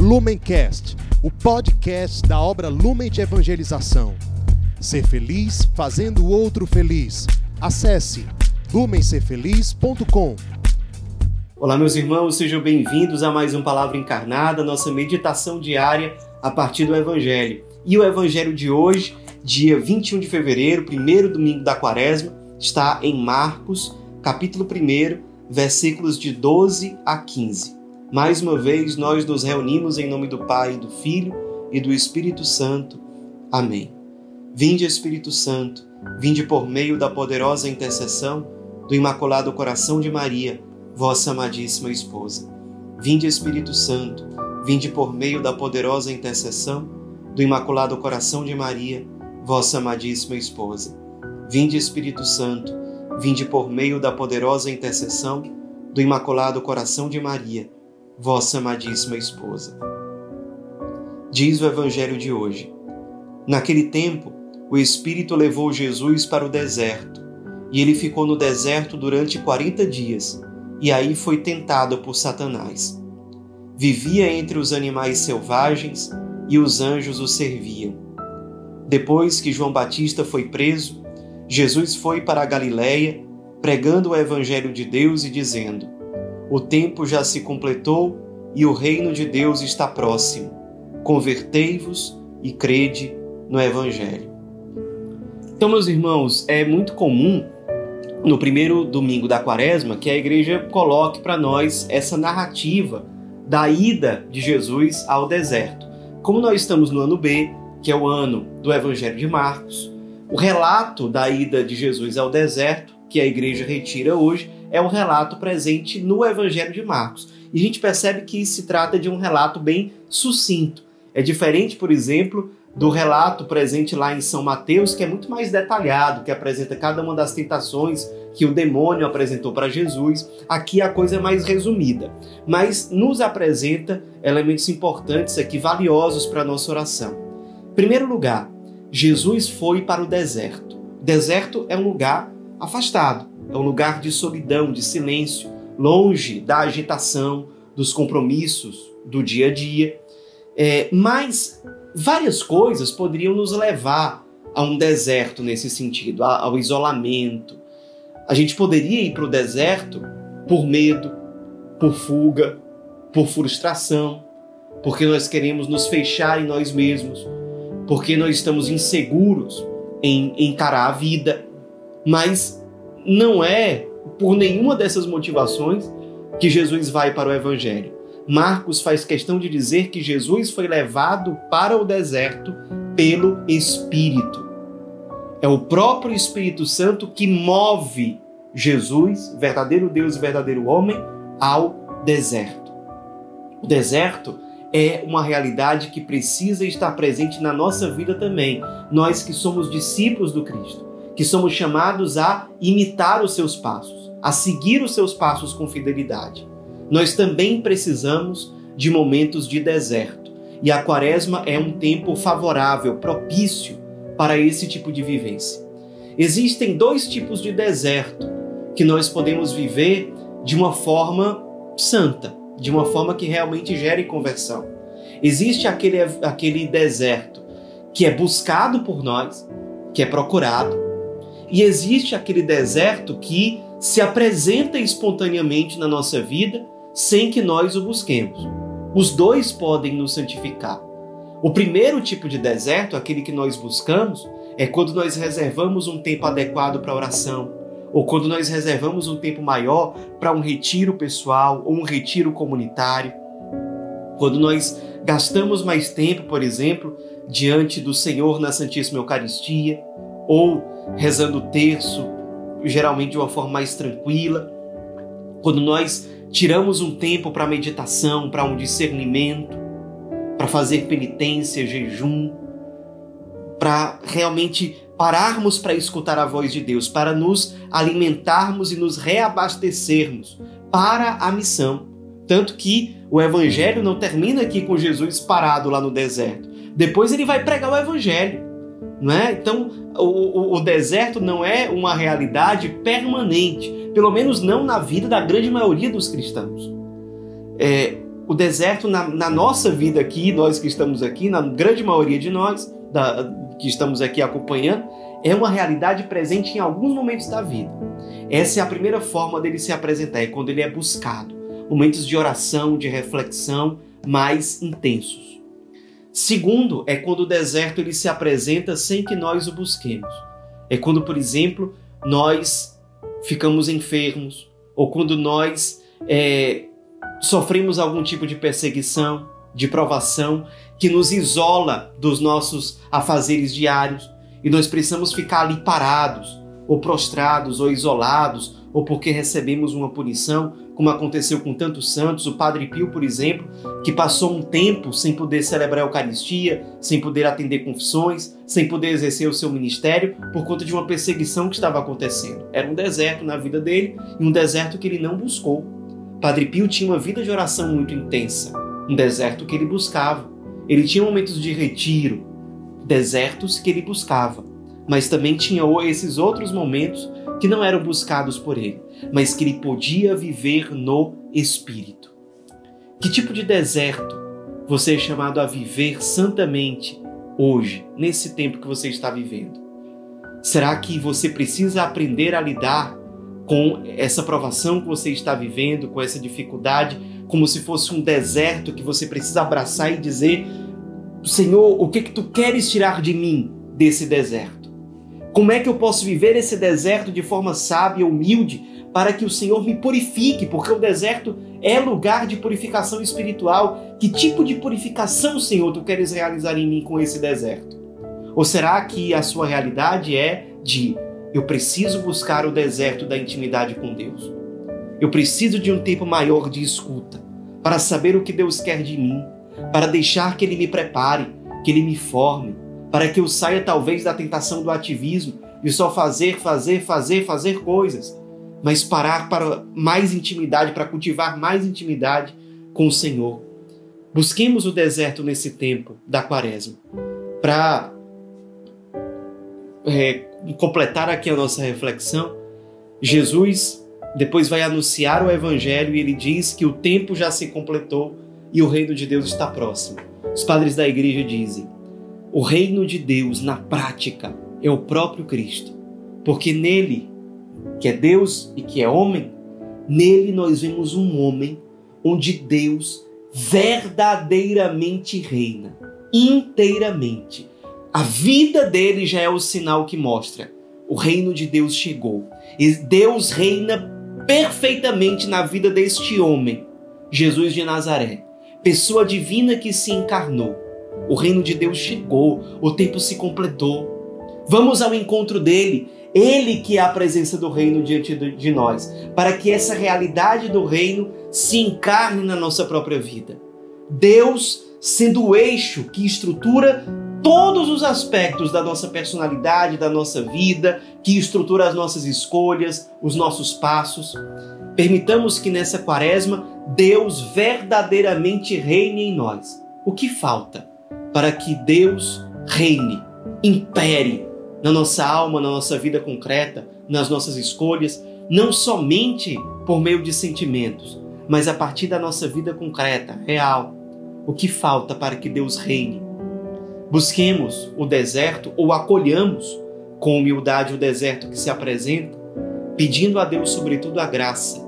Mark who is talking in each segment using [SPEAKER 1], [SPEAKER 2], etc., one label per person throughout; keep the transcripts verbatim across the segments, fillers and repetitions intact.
[SPEAKER 1] Lumencast, o podcast da obra Lumen de Evangelização. Ser feliz fazendo o outro feliz. Acesse lumen ser feliz ponto com.
[SPEAKER 2] Olá, meus irmãos, sejam bem-vindos a mais um Palavra Encarnada, nossa meditação diária a partir do Evangelho. E o Evangelho de hoje, dia vinte e um de fevereiro, primeiro domingo da Quaresma, está em Marcos, capítulo um, versículos de doze a quinze. Mais uma vez, nós nos reunimos em nome do Pai, do Filho e do Espírito Santo. Amém. Vinde, Espírito Santo, vinde por meio da poderosa intercessão do Imaculado Coração de Maria, vossa amadíssima esposa. Vinde, Espírito Santo, vinde por meio da poderosa intercessão do Imaculado Coração de Maria, vossa amadíssima esposa. Vinde, Espírito Santo, vinde por meio da poderosa intercessão do Imaculado Coração de Maria, vossa amadíssima esposa. Diz o Evangelho de hoje: naquele tempo, o Espírito levou Jesus para o deserto, e ele ficou no deserto durante quarenta dias, e aí foi tentado por Satanás. Vivia entre os animais selvagens, e os anjos o serviam. Depois que João Batista foi preso, Jesus foi para a Galiléia, pregando o Evangelho de Deus e dizendo: o tempo já se completou e o reino de Deus está próximo. Convertei-vos e crede no Evangelho. Então, meus irmãos, é muito comum no primeiro domingo da Quaresma que a igreja coloque para nós essa narrativa da ida de Jesus ao deserto. Como nós estamos no ano B, que é o ano do Evangelho de Marcos, o relato da ida de Jesus ao deserto, que a igreja retira hoje, é um relato presente no Evangelho de Marcos. E a gente percebe que se trata de um relato bem sucinto. É diferente, por exemplo, do relato presente lá em São Mateus, que é muito mais detalhado, que apresenta cada uma das tentações que o demônio apresentou para Jesus. Aqui a coisa é mais resumida, mas nos apresenta elementos importantes aqui, valiosos para a nossa oração. Em primeiro lugar, Jesus foi para o deserto. O deserto é um lugar afastado, é um lugar de solidão, de silêncio, longe da agitação, dos compromissos do dia a dia. É, mas várias coisas poderiam nos levar a um deserto nesse sentido, ao isolamento. A gente poderia ir para o deserto por medo, por fuga, por frustração, porque nós queremos nos fechar em nós mesmos, porque nós estamos inseguros em encarar a vida. Mas não é por nenhuma dessas motivações que Jesus vai para o Evangelho. Marcos faz questão de dizer que Jesus foi levado para o deserto pelo Espírito. É o próprio Espírito Santo que move Jesus, verdadeiro Deus e verdadeiro homem, ao deserto. O deserto é uma realidade que precisa estar presente na nossa vida também. Nós que somos discípulos do Cristo, que somos chamados a imitar os seus passos, a seguir os seus passos com fidelidade. Nós também precisamos de momentos de deserto. E a Quaresma é um tempo favorável, propício para esse tipo de vivência. Existem dois tipos de deserto que nós podemos viver de uma forma santa, de uma forma que realmente gere conversão. Existe aquele, aquele deserto que é buscado por nós, que é procurado, e existe aquele deserto que se apresenta espontaneamente na nossa vida sem que nós o busquemos. Os dois podem nos santificar. O primeiro tipo de deserto, aquele que nós buscamos, é quando nós reservamos um tempo adequado para oração, ou quando nós reservamos um tempo maior para um retiro pessoal ou um retiro comunitário. Quando nós gastamos mais tempo, por exemplo, diante do Senhor na Santíssima Eucaristia, ou rezando o terço, geralmente de uma forma mais tranquila. Quando nós tiramos um tempo para meditação, para um discernimento, para fazer penitência, jejum, para realmente pararmos para escutar a voz de Deus, para nos alimentarmos e nos reabastecermos para a missão. Tanto que o Evangelho não termina aqui com Jesus parado lá no deserto. Depois ele vai pregar o Evangelho, não é? Então, o, o, o deserto não é uma realidade permanente, pelo menos não na vida da grande maioria dos cristãos. É, o deserto na, na nossa vida aqui, nós que estamos aqui, na grande maioria de nós da, que estamos aqui acompanhando, é uma realidade presente em alguns momentos da vida. Essa é a primeira forma dele se apresentar, é quando ele é buscado. Momentos de oração, de reflexão mais intensos. Segundo, é quando o deserto ele se apresenta sem que nós o busquemos. É quando, por exemplo, nós ficamos enfermos, ou quando nós é, sofremos algum tipo de perseguição, de provação, que nos isola dos nossos afazeres diários, e nós precisamos ficar ali parados, ou prostrados, ou isolados, ou porque recebemos uma punição, como aconteceu com tantos santos. O Padre Pio, por exemplo, que passou um tempo sem poder celebrar a Eucaristia, sem poder atender confissões, sem poder exercer o seu ministério, por conta de uma perseguição que estava acontecendo. Era um deserto na vida dele, e um deserto que ele não buscou. Padre Pio tinha uma vida de oração muito intensa, um deserto que ele buscava. Ele tinha momentos de retiro, desertos que ele buscava, mas também tinha esses outros momentos que não eram buscados por ele, mas que ele podia viver no Espírito. Que tipo de deserto você é chamado a viver santamente hoje, nesse tempo que você está vivendo? Será que você precisa aprender a lidar com essa provação que você está vivendo, com essa dificuldade, como se fosse um deserto que você precisa abraçar e dizer: Senhor, o que que tu queres tirar de mim desse deserto? Como é que eu posso viver esse deserto de forma sábia, humilde, para que o Senhor me purifique? Porque o deserto é lugar de purificação espiritual. Que tipo de purificação, Senhor, tu queres realizar em mim com esse deserto? Ou será que a sua realidade é de: eu preciso buscar o deserto da intimidade com Deus. Eu preciso de um tempo maior de escuta, para saber o que Deus quer de mim, para deixar que Ele me prepare, que Ele me forme, para que eu saia talvez da tentação do ativismo, de só fazer, fazer, fazer, fazer coisas, mas parar para mais intimidade, para cultivar mais intimidade com o Senhor. Busquemos o deserto nesse tempo da Quaresma, para é, completar aqui a nossa reflexão. Jesus depois vai anunciar o Evangelho e ele diz que o tempo já se completou e o reino de Deus está próximo. Os padres da igreja dizem: o reino de Deus, na prática, é o próprio Cristo. Porque nele, que é Deus e que é homem, nele nós vemos um homem onde Deus verdadeiramente reina, inteiramente. A vida dele já é o sinal que mostra: o reino de Deus chegou. E Deus reina perfeitamente na vida deste homem, Jesus de Nazaré, pessoa divina que se encarnou. O reino de Deus chegou, o tempo se completou. Vamos ao encontro dele, ele que é a presença do reino diante de nós, para que essa realidade do reino se encarne na nossa própria vida. Deus sendo o eixo que estrutura todos os aspectos da nossa personalidade, da nossa vida, que estrutura as nossas escolhas, os nossos passos. Permitamos que nessa Quaresma Deus verdadeiramente reine em nós. O que falta para que Deus reine, impere na nossa alma, na nossa vida concreta, nas nossas escolhas, não somente por meio de sentimentos, mas a partir da nossa vida concreta, real? O que falta para que Deus reine? Busquemos o deserto ou acolhamos com humildade o deserto que se apresenta, pedindo a Deus, sobretudo, a graça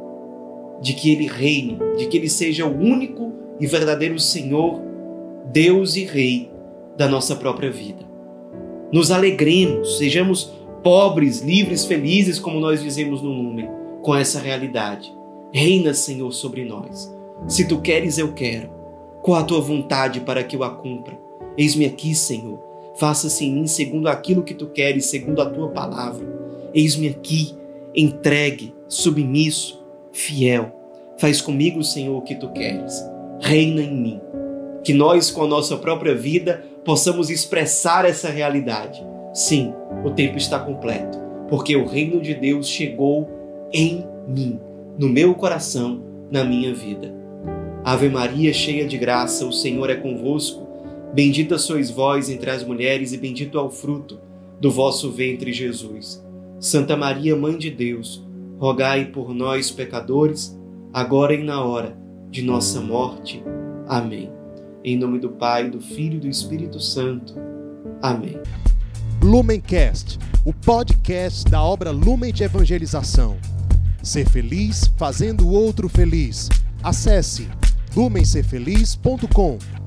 [SPEAKER 2] de que Ele reine, de que Ele seja o único e verdadeiro Senhor, Deus e Rei da nossa própria vida. Nos alegremos, sejamos pobres, livres, felizes, como nós dizemos no Lumen, com essa realidade. Reina, Senhor, sobre nós. Se Tu queres, eu quero. Qual a Tua vontade para que eu a cumpra? Eis-me aqui, Senhor. Faça-se em mim segundo aquilo que Tu queres, segundo a Tua palavra. Eis-me aqui, entregue, submisso, fiel. Faz comigo, Senhor, o que Tu queres. Reina em mim. Que nós, com a nossa própria vida, possamos expressar essa realidade. Sim, o tempo está completo, porque o reino de Deus chegou em mim, no meu coração, na minha vida. Ave Maria, cheia de graça, o Senhor é convosco. Bendita sois vós entre as mulheres e bendito é o fruto do vosso ventre, Jesus. Santa Maria, Mãe de Deus, rogai por nós, pecadores, agora e na hora de nossa morte. Amém. Em nome do Pai, do Filho e do Espírito Santo. Amém.
[SPEAKER 1] Lumencast, o podcast da obra Lumen de Evangelização. Ser feliz fazendo o outro feliz. Acesse lumen ser feliz ponto com.